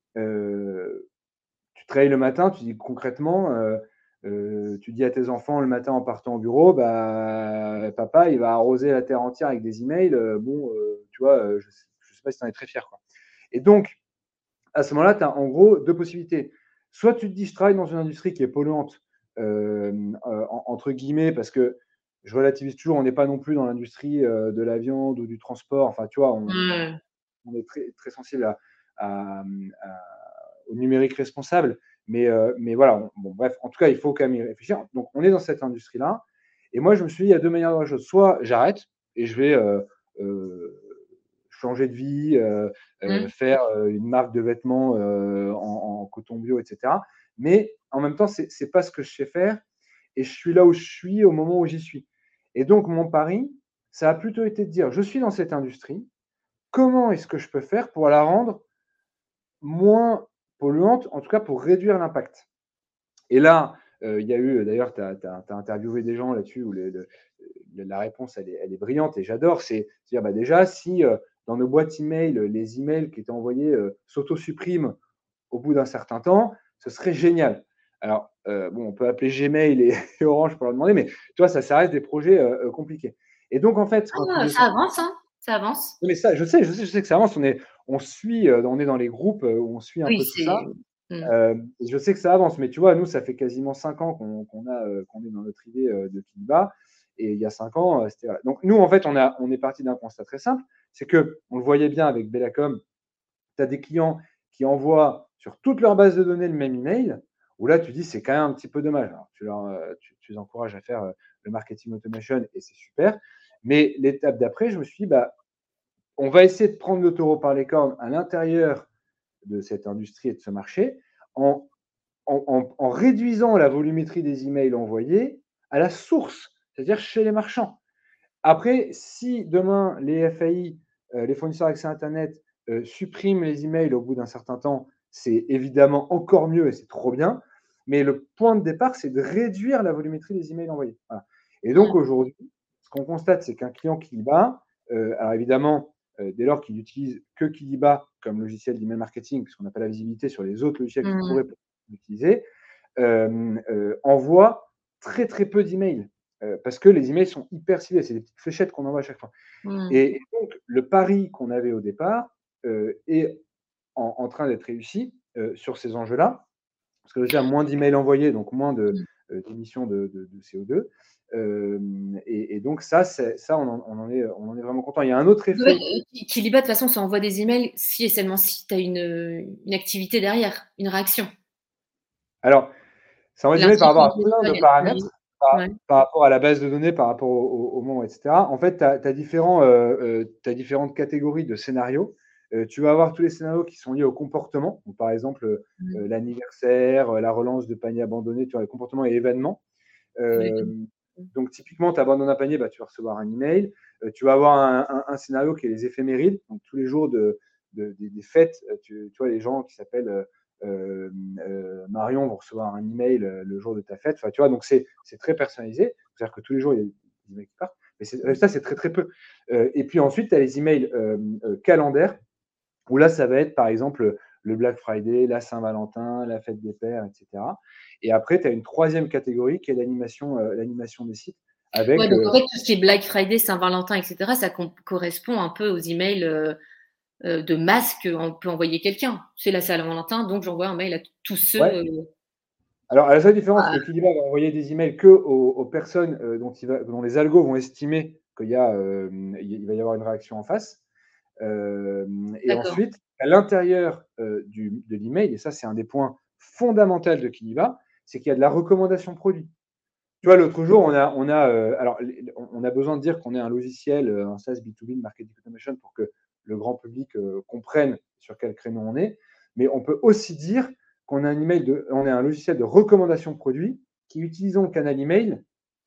Tu travailles le matin, tu dis concrètement, tu dis à tes enfants le matin en partant au bureau, bah, papa, il va arroser la terre entière avec des emails. Tu vois, je ne sais pas si tu en es très fier, quoi. Et donc, à ce moment-là, tu as en gros deux possibilités. Soit tu te dis, je travaille dans une industrie qui est polluante, entre guillemets, parce que je relativise toujours, on n'est pas non plus dans l'industrie de la viande ou du transport. Enfin, tu vois, on est très, très sensible à, au numérique responsable. Mais voilà, bon, bref, en tout cas, il faut quand même y réfléchir. Donc, on est dans cette industrie-là. Et moi, je me suis dit, il y a deux manières de voir la chose. Soit j'arrête et je vais changer de vie, faire une marque de vêtements en coton bio, etc. Mais en même temps, ce n'est pas ce que je sais faire. Et je suis là où je suis au moment où j'y suis. Et donc, mon pari, ça a plutôt été de dire, je suis dans cette industrie, comment est-ce que je peux faire pour la rendre moins polluante, en tout cas pour réduire l'impact. Et là, il y a eu, d'ailleurs, tu as interviewé des gens là-dessus où la réponse, elle est brillante et j'adore. C'est dire, bah, déjà, si dans nos boîtes email, les emails qui étaient envoyés s'auto-suppriment au bout d'un certain temps, ce serait génial. Alors, bon, on peut appeler Gmail et Orange pour leur demander, mais tu vois, ça reste des projets compliqués. Et donc, en fait, quand tu ça descends. avance, hein, ça avance. Mais ça, je sais que ça avance. On suit, on est dans les groupes où on suit un Oui, peu tout ça. c'est. Je sais que ça avance, mais tu vois, nous, ça fait quasiment 5 ans qu'on est dans notre idée de Kiliba. Et il y a 5 ans, c'était. Voilà. Donc, nous, en fait, on est parti d'un constat très simple, c'est qu'on le voyait bien avec Bellacom, tu as des clients qui envoient sur toute leur base de données le même email, où là, tu dis, c'est quand même un petit peu dommage. Alors, tu les encourages à faire le marketing automation et c'est super. Mais l'étape d'après, je me suis dit, bah, on va essayer de prendre le taureau par les cornes à l'intérieur de cette industrie et de ce marché en, en réduisant la volumétrie des emails envoyés à la source, c'est-à-dire chez les marchands. Après, si demain les FAI, les fournisseurs d'accès Internet, suppriment les emails au bout d'un certain temps, c'est évidemment encore mieux et c'est trop bien. Mais le point de départ, c'est de réduire la volumétrie des emails envoyés. Voilà. Et donc aujourd'hui, ce qu'on constate, c'est qu'un client Kiliba, alors évidemment, dès lors qu'il n'utilise que Kiliba comme logiciel d'email marketing, puisqu'on n'a pas la visibilité sur les autres logiciels qu'il pourrait utiliser, envoie très très peu d'emails. Parce que les emails sont hyper ciblés, c'est des petites fléchettes qu'on envoie à chaque fois. Et donc, le pari qu'on avait au départ est en train d'être réussi sur ces enjeux-là, parce que déjà, moins d'emails envoyés, donc moins d'émissions de CO2. Et donc, ça on en est vraiment content. Il y a un autre effet. Kiliba, de toute façon, ça envoie des emails si et seulement si tu as une activité derrière, une réaction. Alors, ça envoie des emails par rapport à plein de paramètres. Ouais. Par rapport à la base de données, par rapport au moment, etc. En fait, tu as différentes catégories de scénarios. Tu vas avoir tous les scénarios qui sont liés au comportement. Donc, par exemple, l'anniversaire, la relance de panier abandonné, tu vois, les comportements et événements. Donc, typiquement, tu abandonnes un panier, bah, tu vas recevoir un email. Tu vas avoir un scénario qui est les éphémérides. Donc, tous les jours des fêtes, tu vois, les gens qui s'appellent Marion vont recevoir un email le jour de ta fête. Enfin, tu vois, donc c'est très personnalisé. C'est-à-dire que tous les jours, il y a des emails qui partent. Mais ça, c'est très, très peu. Et puis ensuite, tu as les emails calendaires, où là, ça va être, par exemple, le Black Friday, la Saint-Valentin, la fête des pères, etc. Et après, tu as une troisième catégorie qui est l'animation des sites. Avec, donc en fait, tout ce qui est Black Friday, Saint-Valentin, etc., ça correspond un peu aux emails de masse qu'on peut envoyer quelqu'un. C'est la Saint-Valentin, donc j'envoie un mail à tous ceux. Ouais. Alors, à la seule différence, que Kiliba va envoyer des emails aux personnes dont les algos vont estimer qu'il il va y avoir une réaction en face. Et ensuite, à l'intérieur de l'email, et ça, c'est un des points fondamentaux de Kiliba, c'est qu'il y a de la recommandation produit. Tu vois, l'autre jour, on a besoin de dire qu'on est un logiciel, un SaaS B2B de marketing automation pour que le grand public comprenne sur quel créneau on est. Mais on peut aussi dire qu'on a on a un logiciel de recommandation de produits qui utilisons le canal email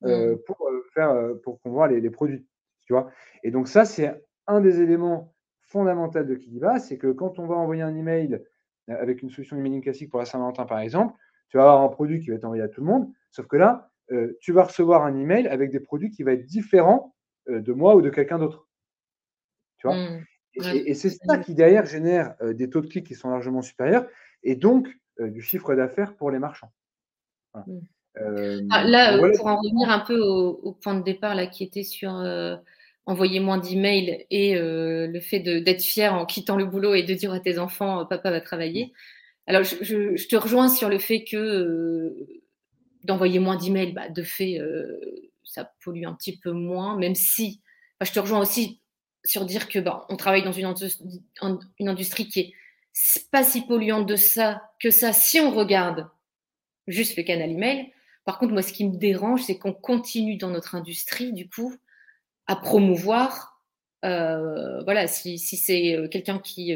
pour promouvoir les produits. Tu vois. Et donc ça, c'est un des éléments fondamentaux de Kiliba, c'est que quand on va envoyer un email avec une solution emailing classique pour la Saint-Valentin, par exemple, tu vas avoir un produit qui va être envoyé à tout le monde, sauf que là, tu vas recevoir un email avec des produits qui vont être différents de moi ou de quelqu'un d'autre. Tu vois. Et c'est ça qui, derrière, génère des taux de clics qui sont largement supérieurs et donc du chiffre d'affaires pour les marchands. Voilà. Là, voilà, pour en revenir un peu au point de départ là, qui était sur envoyer moins d'emails et le fait d'être fier en quittant le boulot et de dire à tes enfants papa va travailler. Alors, je te rejoins sur le fait que d'envoyer moins d'emails, bah, de fait, ça pollue un petit peu moins, même si je te rejoins aussi sur dire que on travaille dans une industrie qui est pas si polluante que ça si on regarde juste le canal email. Par contre, moi, ce qui me dérange, c'est qu'on continue dans notre industrie, du coup, à promouvoir. Voilà, si c'est quelqu'un qui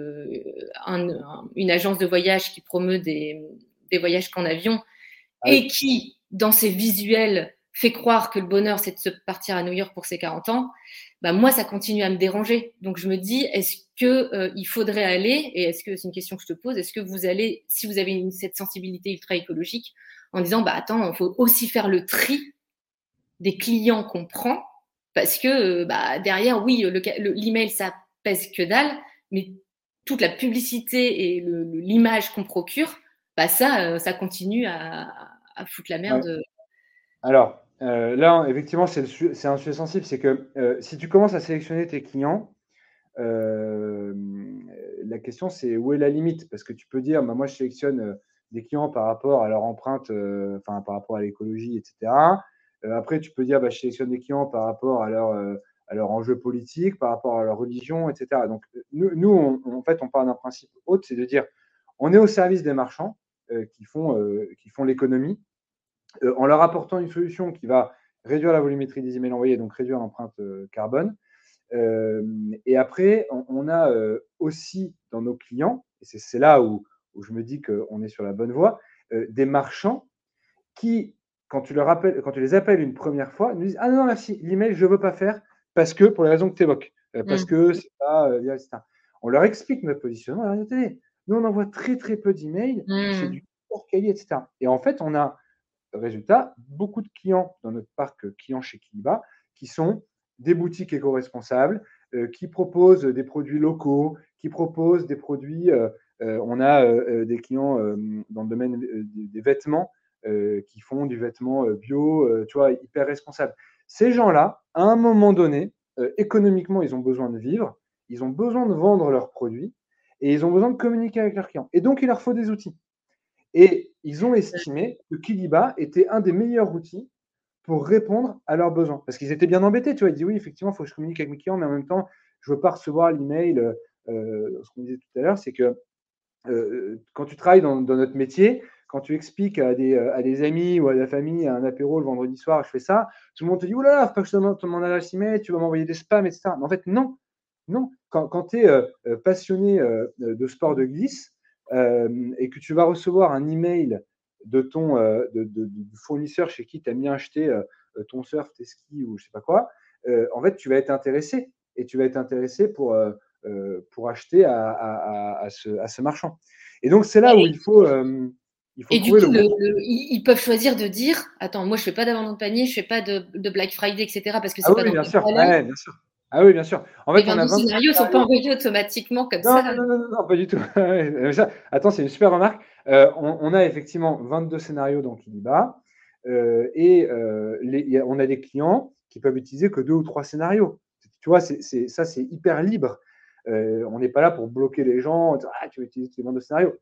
une agence de voyage qui promeut des voyages qu'en avion et qui, dans ses visuels, fait croire que le bonheur, c'est de se partir à New York pour ses 40 ans, moi, ça continue à me déranger. Donc, je me dis, est-ce que il faudrait aller, et est-ce que c'est une question que je te pose, est-ce que vous allez, si vous avez cette sensibilité ultra écologique, en disant, attends, il faut aussi faire le tri des clients qu'on prend, parce que derrière, oui, l'email, ça pèse que dalle, mais toute la publicité et l'image qu'on procure, ça continue à foutre la merde. Ouais. Alors, là, effectivement, c'est un sujet sensible, c'est que si tu commences à sélectionner tes clients, la question, c'est où est la limite? Parce que tu peux dire, moi, je sélectionne des clients par rapport à leur empreinte, par rapport à l'écologie, etc. Après, tu peux dire, je sélectionne des clients par rapport à leur enjeu politique, par rapport à leur religion, etc. Donc, nous en fait, on part d'un principe haute, c'est de dire, on est au service des marchands qui font l'économie, en leur apportant une solution qui va réduire la volumétrie des emails envoyés, donc réduire l'empreinte carbone. Et après, on a aussi dans nos clients, et c'est là où je me dis qu'on est sur la bonne voie, des marchands qui, quand tu les appelles une première fois, nous disent « Ah non, merci, l'email, je ne veux pas faire parce que, pour les raisons que tu évoques, parce que c'est pas, etc. » On leur explique notre positionnement. Alors, nous, on envoie très, très peu d'emails, c'est du hors quali, etc. Et en fait, on a, résultat, beaucoup de clients dans notre parc clients chez Kiliba qui sont des boutiques éco-responsables, qui proposent des produits locaux, qui proposent des produits. On a des clients dans le domaine des vêtements qui font du vêtement bio, tu vois, hyper responsable. Ces gens-là, à un moment donné, économiquement, ils ont besoin de vivre, ils ont besoin de vendre leurs produits et ils ont besoin de communiquer avec leurs clients. Et donc, il leur faut des outils. Et ils ont estimé que Kiliba était un des meilleurs outils pour répondre à leurs besoins. Parce qu'ils étaient bien embêtés, tu vois. Ils disent oui, effectivement, il faut que je communique avec mes clients, mais en même temps, je ne veux pas recevoir l'email. Ce qu'on disait tout à l'heure, c'est que quand tu travailles dans notre métier, quand tu expliques à des amis ou à la famille, à un apéro le vendredi soir, je fais ça, tout le monde te dit oulala, faut pas que je te demande mon adresse email, tu vas m'envoyer des spams, etc. Mais en fait, non. Non. Quand tu es passionné de sport de glisse et que tu vas recevoir un email de ton de fournisseur chez qui tu aimes bien acheter ton surf, tes skis ou je sais pas quoi, en fait, tu vas être intéressé. Et tu vas être intéressé pour acheter à ce marchand. Et donc, c'est là où il faut et du coup, ils peuvent choisir de dire attends, moi, je ne fais pas d'abandon de panier, je ne fais pas de Black Friday, etc. parce que c'est pas dans bien sûr. Ouais, bien sûr. Ah oui, bien sûr. En fait, on a 20 scénarios ne sont pas envoyés automatiquement comme ça. Non, pas du tout. Attends, c'est une super remarque. On a effectivement 22 scénarios dans Kiliba et on a des clients qui peuvent utiliser que 2 ou 3 scénarios. Tu vois, ça, c'est hyper libre. On n'est pas là pour bloquer les gens. Tu veux utiliser tes 22 scénarios.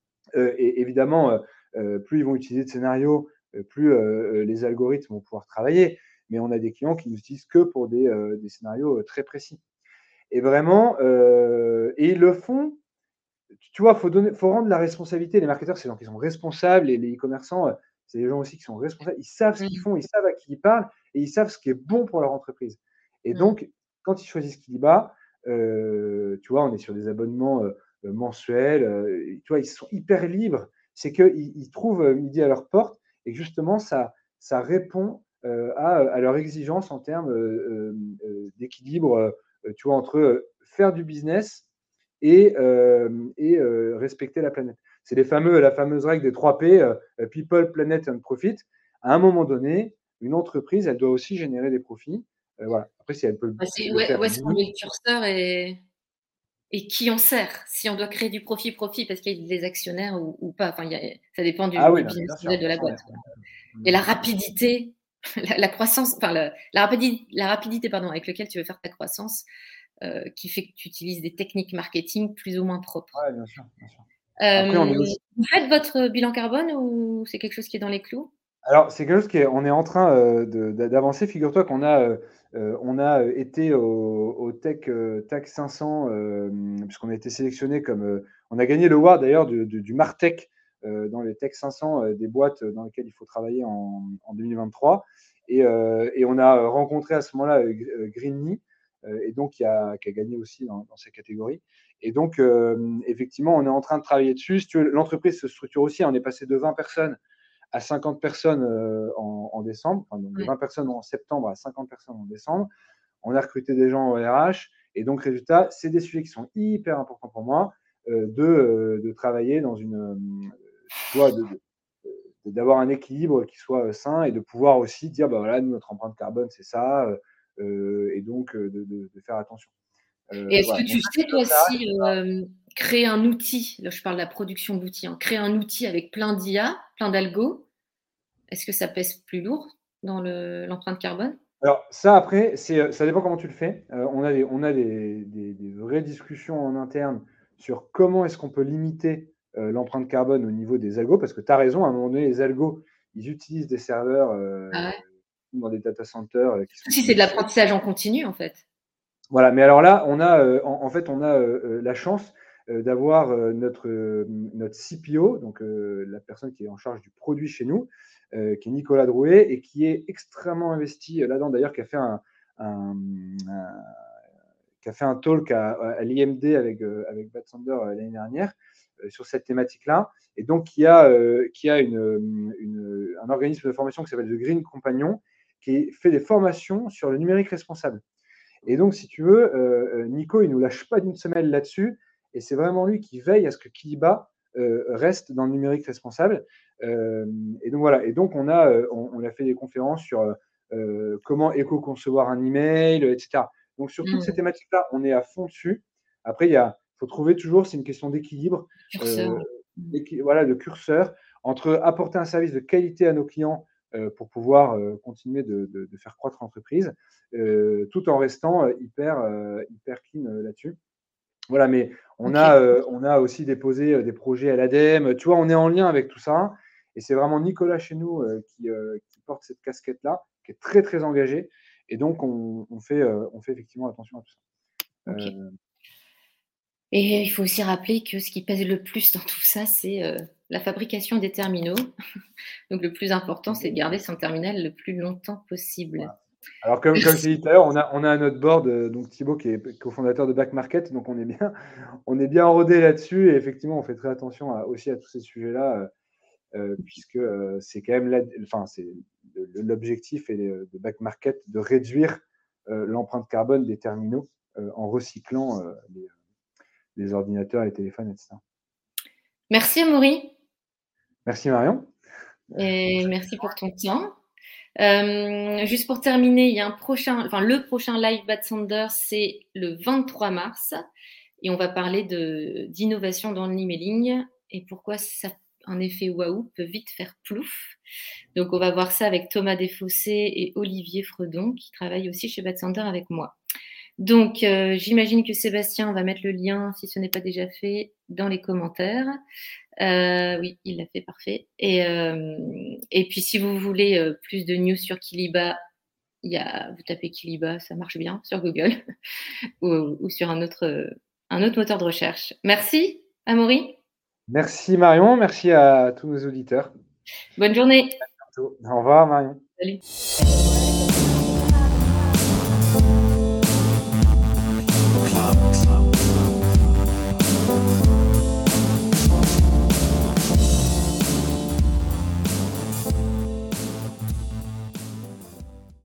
Et évidemment, plus ils vont utiliser de scénarios, plus les algorithmes vont pouvoir travailler. Mais on a des clients qui n'utilisent que pour des scénarios très précis. Et vraiment, et ils le font. Tu vois, faut rendre la responsabilité. Les marketeurs, c'est des gens qui sont responsables, et les e-commerçants, c'est des gens aussi qui sont responsables. Ils savent ce qu'ils font, ils savent à qui ils parlent, et ils savent ce qui est bon pour leur entreprise. Et donc, quand ils choisissent Kiliba, tu vois, on est sur des abonnements mensuels. Tu vois, ils sont hyper libres. C'est qu'ils trouvent midi à leur porte et que justement, ça répond à leurs exigences en termes d'équilibre, tu vois, entre faire du business et respecter la planète. C'est la fameuse règle des 3 P, People, Planet and Profit. À un moment donné, une entreprise, elle doit aussi générer des profits. Voilà. Après, si elle peut le faire Où est-ce qu'on mieux. met le curseur et qui en sert? Si on doit créer du profit parce qu'il y a des actionnaires ou pas. Enfin, ça dépend du Ah oui, non, business bien sûr. model de la boîte. Et la rapidité, la croissance, enfin la rapidité pardon, avec laquelle tu veux faire ta croissance, qui fait que tu utilises des techniques marketing plus ou moins propres. Ouais, bien sûr, bien sûr. Après, on est aussi. Vous faites votre bilan carbone ou c'est quelque chose qui est dans les clous? Alors, c'est quelque chose on est en train d'avancer. Figure-toi qu'on a été au Tech 500, puisqu'on a été sélectionné on a gagné le award d'ailleurs du Martech dans les Tech 500 des boîtes dans lesquelles il faut travailler en 2023. Et on a rencontré à ce moment-là Greenly, et donc qui a gagné aussi dans cette catégorie. Et donc, effectivement, on est en train de travailler dessus. Si tu veux, l'entreprise se structure aussi. On est passé de 20 personnes à 50 personnes en décembre, enfin, donc de 20 personnes en septembre à 50 personnes en décembre. On a recruté des gens au RH. Et donc, résultat, c'est des sujets qui sont hyper importants pour moi de travailler dans tu vois, d'avoir un équilibre qui soit sain et de pouvoir aussi dire, bah voilà, nous, notre empreinte carbone, c'est ça, et donc de faire attention. Et est-ce Voilà. que tu sais, toi, si créer un outil, là je parle de la production d'outils, hein, créer un outil avec plein d'IA, plein d'algo, est-ce que ça pèse plus lourd dans l'empreinte carbone? Alors ça, après, ça dépend comment tu le fais. On a des vraies discussions en interne sur comment est-ce qu'on peut limiter l'empreinte carbone au niveau des algos, parce que tu as raison, à un moment donné, les algos, ils utilisent des serveurs Ah ouais. dans des data centers qui sont Si c'est de connectés. l'apprentissage en continu, en fait. Voilà, mais alors là, en fait, on a la chance d'avoir notre CPO, donc la personne qui est en charge du produit chez nous, qui est Nicolas Drouet, et qui est extrêmement investi là-dedans, d'ailleurs, qui a fait un talk à l'IMD avec Bad Sander l'année dernière sur cette thématique-là, et donc qui a un organisme de formation qui s'appelle The Green Companion, qui fait des formations sur le numérique responsable. Et donc, si tu veux, Nico, il ne nous lâche pas d'une semelle là-dessus. Et c'est vraiment lui qui veille à ce que Kiliba reste dans le numérique responsable. Et donc, voilà. Et donc, on a fait des conférences sur comment éco-concevoir un email, etc. Donc, sur toutes ces thématiques-là, on est à fond dessus. Après, il faut trouver toujours, c'est une question d'équilibre, voilà, de curseur entre apporter un service de qualité à nos clients pour pouvoir continuer de faire croître l'entreprise, tout en restant hyper clean là-dessus. Voilà, mais on a aussi déposé des projets à l'ADEME. Tu vois, on est en lien avec tout ça. Et c'est vraiment Nicolas chez nous qui porte cette casquette-là, qui est très, très engagé. Et donc, on fait effectivement attention à tout ça. Okay. Et il faut aussi rappeler que ce qui pèse le plus dans tout ça, c'est la fabrication des terminaux. Donc, le plus important, c'est de garder son terminal le plus longtemps possible. Voilà. Alors, comme je l'ai dit tout à l'heure, on a à notre board donc Thibaut qui est cofondateur de Back Market, donc on est bien rodé là-dessus, et effectivement on fait très attention aussi à tous ces sujets-là, puisque c'est quand même c'est l'objectif de Back Market de réduire l'empreinte carbone des terminaux en recyclant les ordinateurs, les téléphones, etc. Merci Amaury. Merci Marion. Et merci pour ton temps. Juste pour terminer, il y a le prochain live Bad Sander, c'est le 23 mars, et on va parler d'innovation dans l'emailing et pourquoi un effet waouh peut vite faire plouf. Donc on va voir ça avec Thomas Desfossés et Olivier Fredon qui travaillent aussi chez Bad Sander avec moi. Donc j'imagine que Sébastien va mettre le lien, si ce n'est pas déjà fait, dans les commentaires. Oui, il l'a fait, parfait. Et puis, si vous voulez plus de news sur Kiliba, vous tapez Kiliba, ça marche bien sur Google ou sur un autre moteur de recherche. Merci, Amaury. Merci Marion, merci à tous nos auditeurs. Bonne journée. À bientôt. Au revoir Marion. Salut.